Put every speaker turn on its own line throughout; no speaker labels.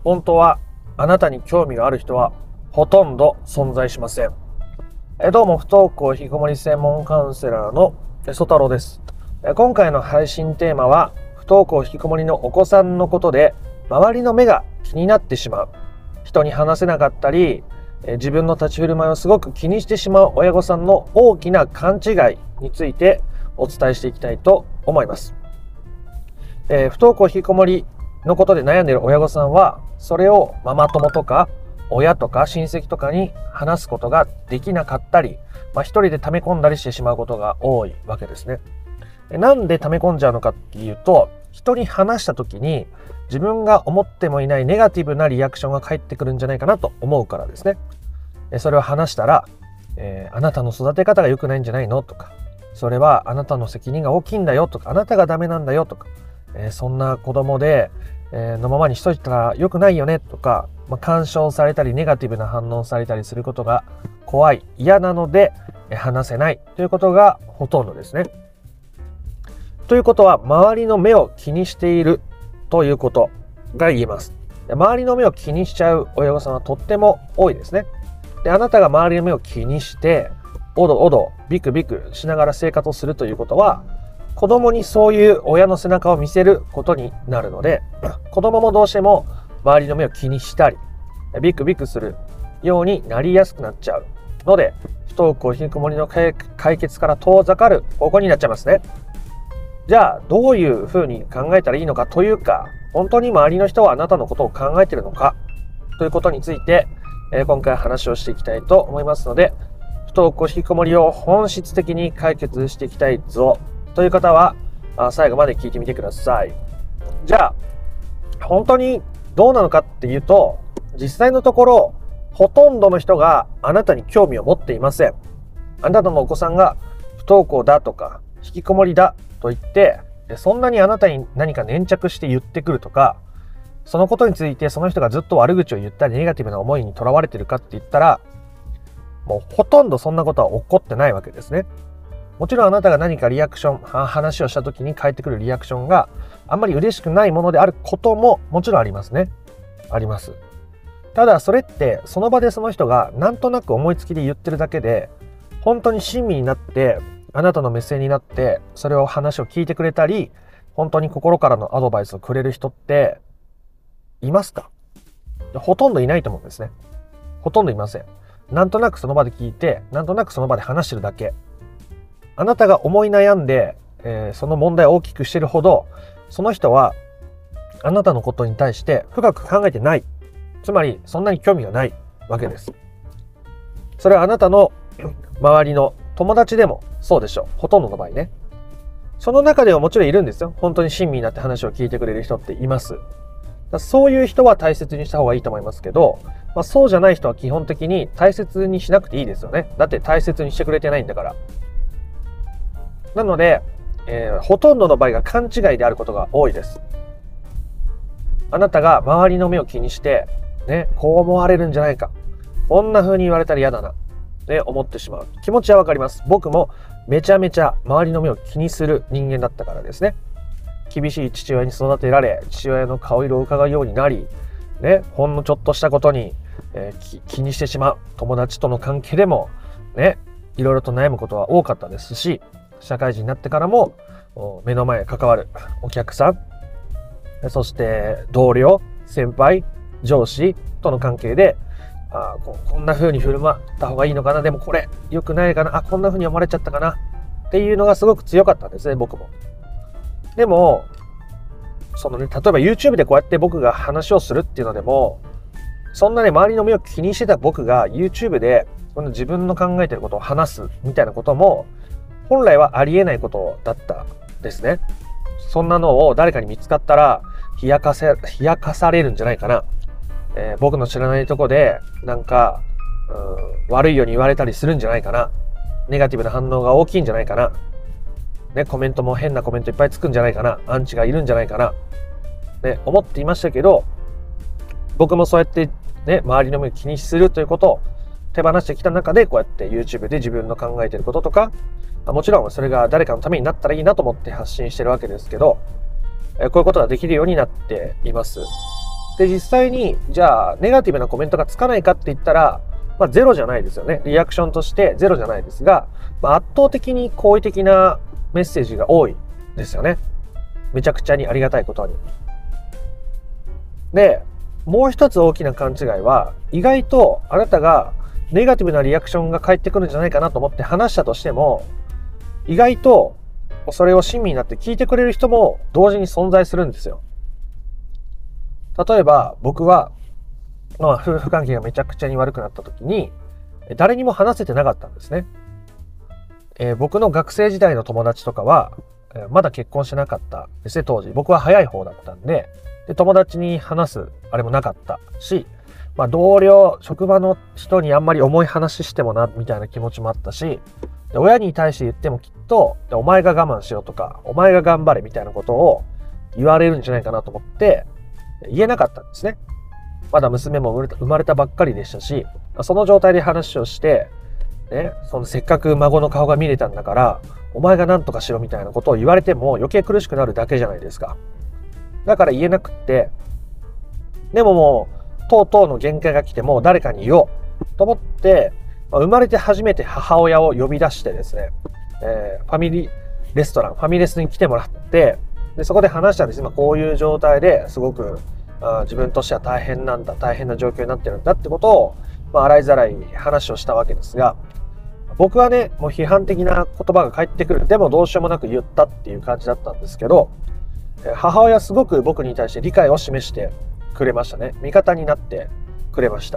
本当はあなたに興味がある人はほとんど存在しません。どうも不登校引きこもり専門カウンセラーの曽太郎です。今回の配信テーマは不登校引きこもりのお子さんのことで周りの目が気になってしまう、人に話せなかったり自分の立ち振る舞いをすごく気にしてしまう親御さんの大きな勘違いについてお伝えしていきたいと思います。不登校引きこもりのことで悩んでいる親御さんはそれをママ友とか親とか親戚とかに話すことができなかったり、一人で溜め込んだりしてしまうことが多いわけですね。なんで溜め込んじゃうのかっていうと、人に話した時に自分が思ってもいないネガティブなリアクションが返ってくるんじゃないかなと思うからですね。それを話したら、あなたの育て方が良くないんじゃないのとか、それはあなたの責任が大きいんだよとか、あなたがダメなんだよとか、そんな子供で、のままにしといたら良くないよねとか、干渉されたりネガティブな反応されたりすることが怖い、嫌なので話せないということがほとんどですね。ということは周りの目を気にしているということが言えます。周りの目を気にしちゃう親御さんはとっても多いですね。で、あなたが周りの目を気にしておどおどビクビクしながら生活をするということは、子供にそういう親の背中を見せることになるので、子供もどうしても周りの目を気にしたりビクビクするようになりやすくなっちゃうので、不登校引きこもりの解決から遠ざかる方向になっちゃいますね。じゃあどういうふうに考えたらいいのかというか、本当に周りの人はあなたのことを考えているのかということについて、今回話をしていきたいと思いますので、不登校引きこもりを本質的に解決していきたいぞという方は最後まで聞いてみてください。じゃあ本当にどうなのかっていうと、実際のところほとんどの人があなたに興味を持っていません。あなたのお子さんが不登校だとか引きこもりだと言ってそんなにあなたに何か粘着して言ってくるとか、そのことについてその人がずっと悪口を言ったりネガティブな思いにとらわれているかって言ったら、もうほとんどそんなことは起こってないわけですね。もちろんあなたが何かリアクション、話をした時に返ってくるリアクションがあんまり嬉しくないものであることももちろんありますね。あります。ただそれってその場でその人がなんとなく思いつきで言ってるだけで、本当に親身になってあなたの目線になってそれを話を聞いてくれたり、本当に心からのアドバイスをくれる人っていますか？ほとんどいないと思うんですね。ほとんどいません。なんとなくその場で聞いて、なんとなくその場で話してるだけ。あなたが思い悩んで、その問題を大きくしてるほど、その人はあなたのことに対して深く考えてない。つまりそんなに興味がないわけです。それはあなたの周りの友達でもそうでしょう。ほとんどの場合ね。その中ではもちろんいるんですよ。本当に親身になって話を聞いてくれる人っています。そういう人は大切にした方がいいと思いますけど、そうじゃない人は基本的に大切にしなくていいですよね。だって大切にしてくれてないんだから。なので、ほとんどの場合が勘違いであることが多いです。あなたが周りの目を気にして、こう思われるんじゃないか。こんな風に言われたら嫌だな。思ってしまう。気持ちはわかります。僕もめちゃめちゃ周りの目を気にする人間だったからですね。厳しい父親に育てられ、父親の顔色を伺うようになり、ほんのちょっとしたことに、気にしてしまう。友達との関係でも、いろいろと悩むことは多かったですし、社会人になってからも目の前関わるお客さん、そして同僚、先輩、上司との関係で、こんな風に振る舞った方がいいのかな、でもこれ良くないかな、こんな風に思われちゃったかなっていうのがすごく強かったんですね、僕も。でも例えば YouTube でこうやって僕が話をするっていうのでも、そんな周りの目を気にしてた僕が YouTube で自分の考えてることを話すみたいなことも本来はありえないことだったですね。そんなのを誰かに見つかったら冷やかされるんじゃないかな。僕の知らないとこでなんか悪いように言われたりするんじゃないかな。ネガティブな反応が大きいんじゃないかな。コメントも変なコメントいっぱいつくんじゃないかな。アンチがいるんじゃないかな。思っていましたけど、僕もそうやって周りの目を気にするということを手放してきた中で、こうやって YouTube で自分の考えていることとか、もちろんそれが誰かのためになったらいいなと思って発信してるわけですけど、こういうことができるようになっています。 で、実際に、じゃあ、ネガティブなコメントがつかないかって言ったら、ゼロじゃないですよね。リアクションとしてゼロじゃないですが、圧倒的に好意的なメッセージが多いですよね。めちゃくちゃにありがたいことに。で、もう一つ大きな勘違いは、意外とあなたがネガティブなリアクションが返ってくるんじゃないかなと思って話したとしても、意外とそれを親身になって聞いてくれる人も同時に存在するんですよ。例えば僕は、夫婦関係がめちゃくちゃに悪くなった時に誰にも話せてなかったんですね。僕の学生時代の友達とかはまだ結婚してなかったですね。当時僕は早い方だったんで、友達に話すあれもなかったし、同僚職場の人にあんまり重い話してもなみたいな気持ちもあったし、で親に対して言ってもきっとお前が我慢しろとかお前が頑張れみたいなことを言われるんじゃないかなと思って言えなかったんですね。まだ娘も生まれたばっかりでしたし、その状態で話をして、ね、せっかく孫の顔が見れたんだからお前が何とかしろみたいなことを言われても余計苦しくなるだけじゃないですか。だから言えなくって、でももうとうとうの限界が来てもう誰かに言おうと思って、生まれて初めて母親を呼び出してですね、ファミリーレストランファミレスに来てもらって、でそこで話したんです。今こういう状態ですごく自分としては大変な状況になってるんだってことを、洗いざらい話をしたわけですが、僕はねもう批判的な言葉が返ってくる、でもどうしようもなく言ったっていう感じだったんですけど、母親すごく僕に対して理解を示してくれましたね。味方になってくれました。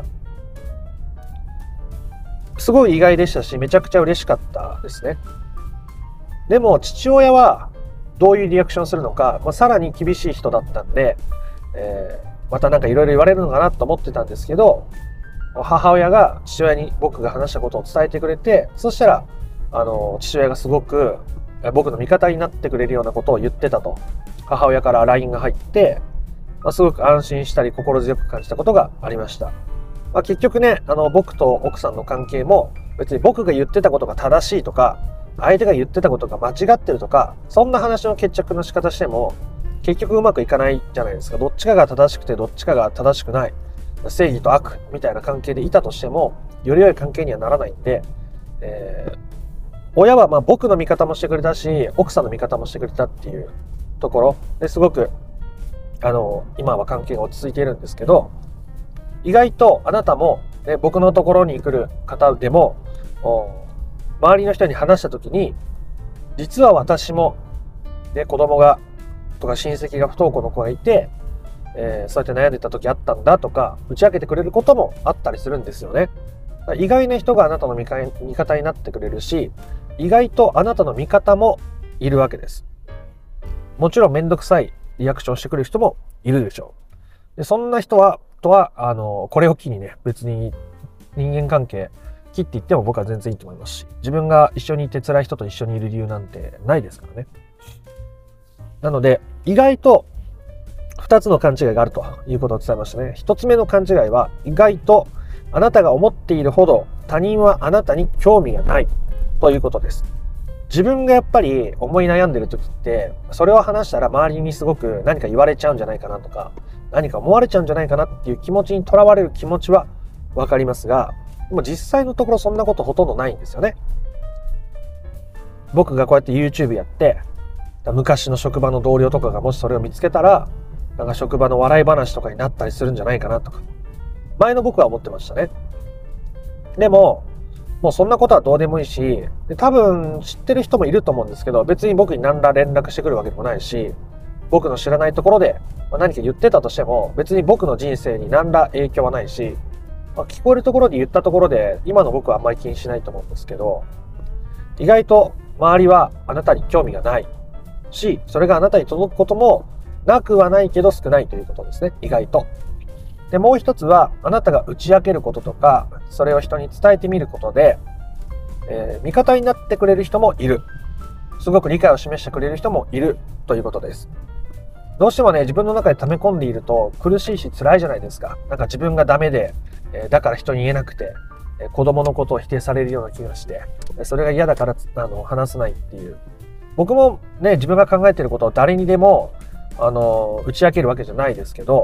すごい意外でしたし、めちゃくちゃ嬉しかったですね。でも父親はどういうリアクションするのか、さらに厳しい人だったんで、またなんかいろいろ言われるのかなと思ってたんですけど、母親が父親に僕が話したことを伝えてくれて、そしたら父親がすごく僕の味方になってくれるようなことを言ってたと母親から LINE が入って、すごく安心したり心強く感じたことがありました。結局ね、僕と奥さんの関係も別に僕が言ってたことが正しいとか相手が言ってたことが間違ってるとか、そんな話の決着の仕方しても結局うまくいかないじゃないですか。どっちかが正しくてどっちかが正しくない、正義と悪みたいな関係でいたとしてもより良い関係にはならないんで、親は僕の味方もしてくれたし奥さんの味方もしてくれたっていうところですごく今は関係が落ち着いているんですけど、意外とあなたも、ね、僕のところに来る方でも周りの人に話した時に、実は私も、ね、子供がとか親戚が不登校の子がいて、そうやって悩んでた時あったんだとか打ち明けてくれることもあったりするんですよね。意外な人があなたの味方になってくれるし、意外とあなたの味方もいるわけです。もちろんめんどくさいリアクションしてくる人もいるでしょう。でそんな人はこれを機にね、別に人間関係切っていっても僕は全然いいと思いますし、自分が一緒にいて辛い人と一緒にいる理由なんてないですからね。なので意外と2つの勘違いがあるということを伝えましたね。1つ目の勘違いは、意外とあなたが思っているほど他人はあなたに興味がないということです。自分がやっぱり思い悩んでる時って、それを話したら周りにすごく何か言われちゃうんじゃないかなとか、何か思われちゃうんじゃないかなっていう気持ちにとらわれる気持ちはわかりますが、でも実際のところそんなことほとんどないんですよね。僕がこうやって YouTube やって、昔の職場の同僚とかがもしそれを見つけたら、なんか職場の笑い話とかになったりするんじゃないかなとか、前の僕は思ってましたね。でももうそんなことはどうでもいいし、多分知ってる人もいると思うんですけど、別に僕に何ら連絡してくるわけでもないし、僕の知らないところで何か言ってたとしても別に僕の人生に何ら影響はないし、聞こえるところで言ったところで今の僕はあんまり気にしないと思うんですけど、意外と周りはあなたに興味がないし、それがあなたに届くこともなくはないけど少ないということですね、意外と。でもう一つは、あなたが打ち明けることとかそれを人に伝えてみることで、味方になってくれる人もいる、すごく理解を示してくれる人もいるということです。どうしてもね、自分の中で溜め込んでいると苦しいし辛いじゃないですか。なんか自分がダメで、だから人に言えなくて、子供のことを否定されるような気がして、それが嫌だから話せないっていう。僕もね、自分が考えていることを誰にでも打ち明けるわけじゃないですけど、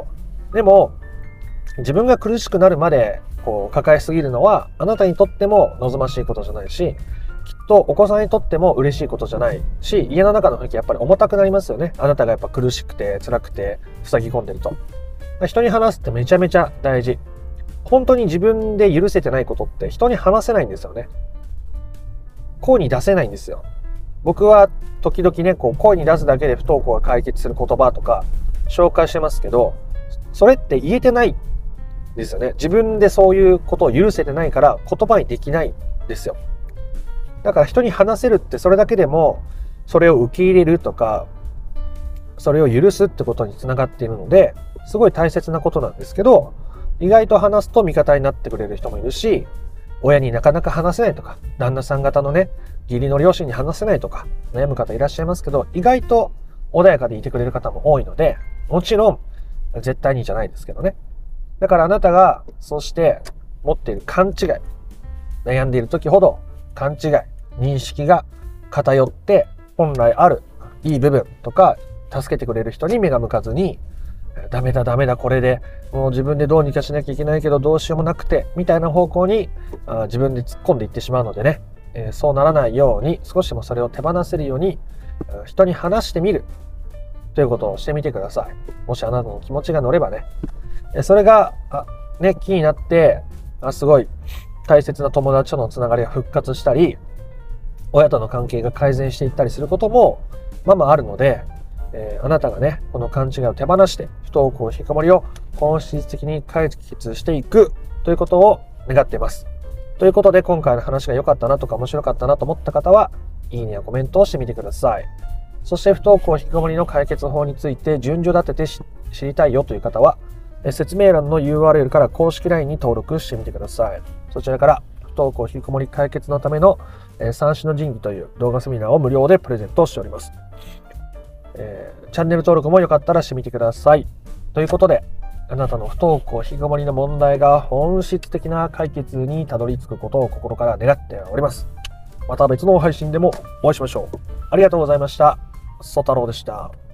でも自分が苦しくなるまで抱えすぎるのはあなたにとっても望ましいことじゃないし、きっとお子さんにとっても嬉しいことじゃないし、家の中の雰囲気やっぱり重たくなりますよね。あなたがやっぱ苦しくて辛くて塞ぎ込んでると。人に話すってめちゃめちゃ大事。本当に自分で許せてないことって人に話せないんですよね。声に出せないんですよ。僕は時々ね、声に出すだけで不登校が解決する言葉とか紹介してますけど、それって言えてないんですよね。自分でそういうことを許せてないから言葉にできないんですよ。だから人に話せるってそれだけでも、それを受け入れるとか、それを許すってことにつながっているので、すごい大切なことなんですけど、意外と話すと味方になってくれる人もいるし、親になかなか話せないとか、旦那さん方のね、義理の両親に話せないとか、悩む方いらっしゃいますけど、意外と穏やかでいてくれる方も多いので、もちろん、絶対にじゃないですけどね。だからあなたが、そして持っている勘違い、悩んでいる時ほど勘違い、認識が偏って、本来あるいい部分とか、助けてくれる人に目が向かずに、ダメだこれでもう自分でどうにかしなきゃいけないけどどうしようもなくてみたいな方向に自分で突っ込んでいってしまうのでね、そうならないように少しでもそれを手放せるように人に話してみるということをしてみてください。もしあなたの気持ちが乗ればね、それが気になってすごい大切な友達とのつながりが復活したり、親との関係が改善していったりすることもままあるので、あなたがね、この勘違いを手放して不登校引きこもりを本質的に解決していくということを願っています。ということで、今回の話が良かったなとか面白かったなと思った方は、いいねやコメントをしてみてください。そして不登校引きこもりの解決法について順序立てて知りたいよという方は、説明欄の URL から公式 LINE に登録してみてください。そちらから不登校引きこもり解決のための三種の神器という動画セミナーを無料でプレゼントしております。チャンネル登録もよかったらしてみてください。ということで、あなたの不登校引きこもりの問題が本質的な解決にたどり着くことを心から願っております。また別の配信でもお会いしましょう。ありがとうございました。ソ太郎でした。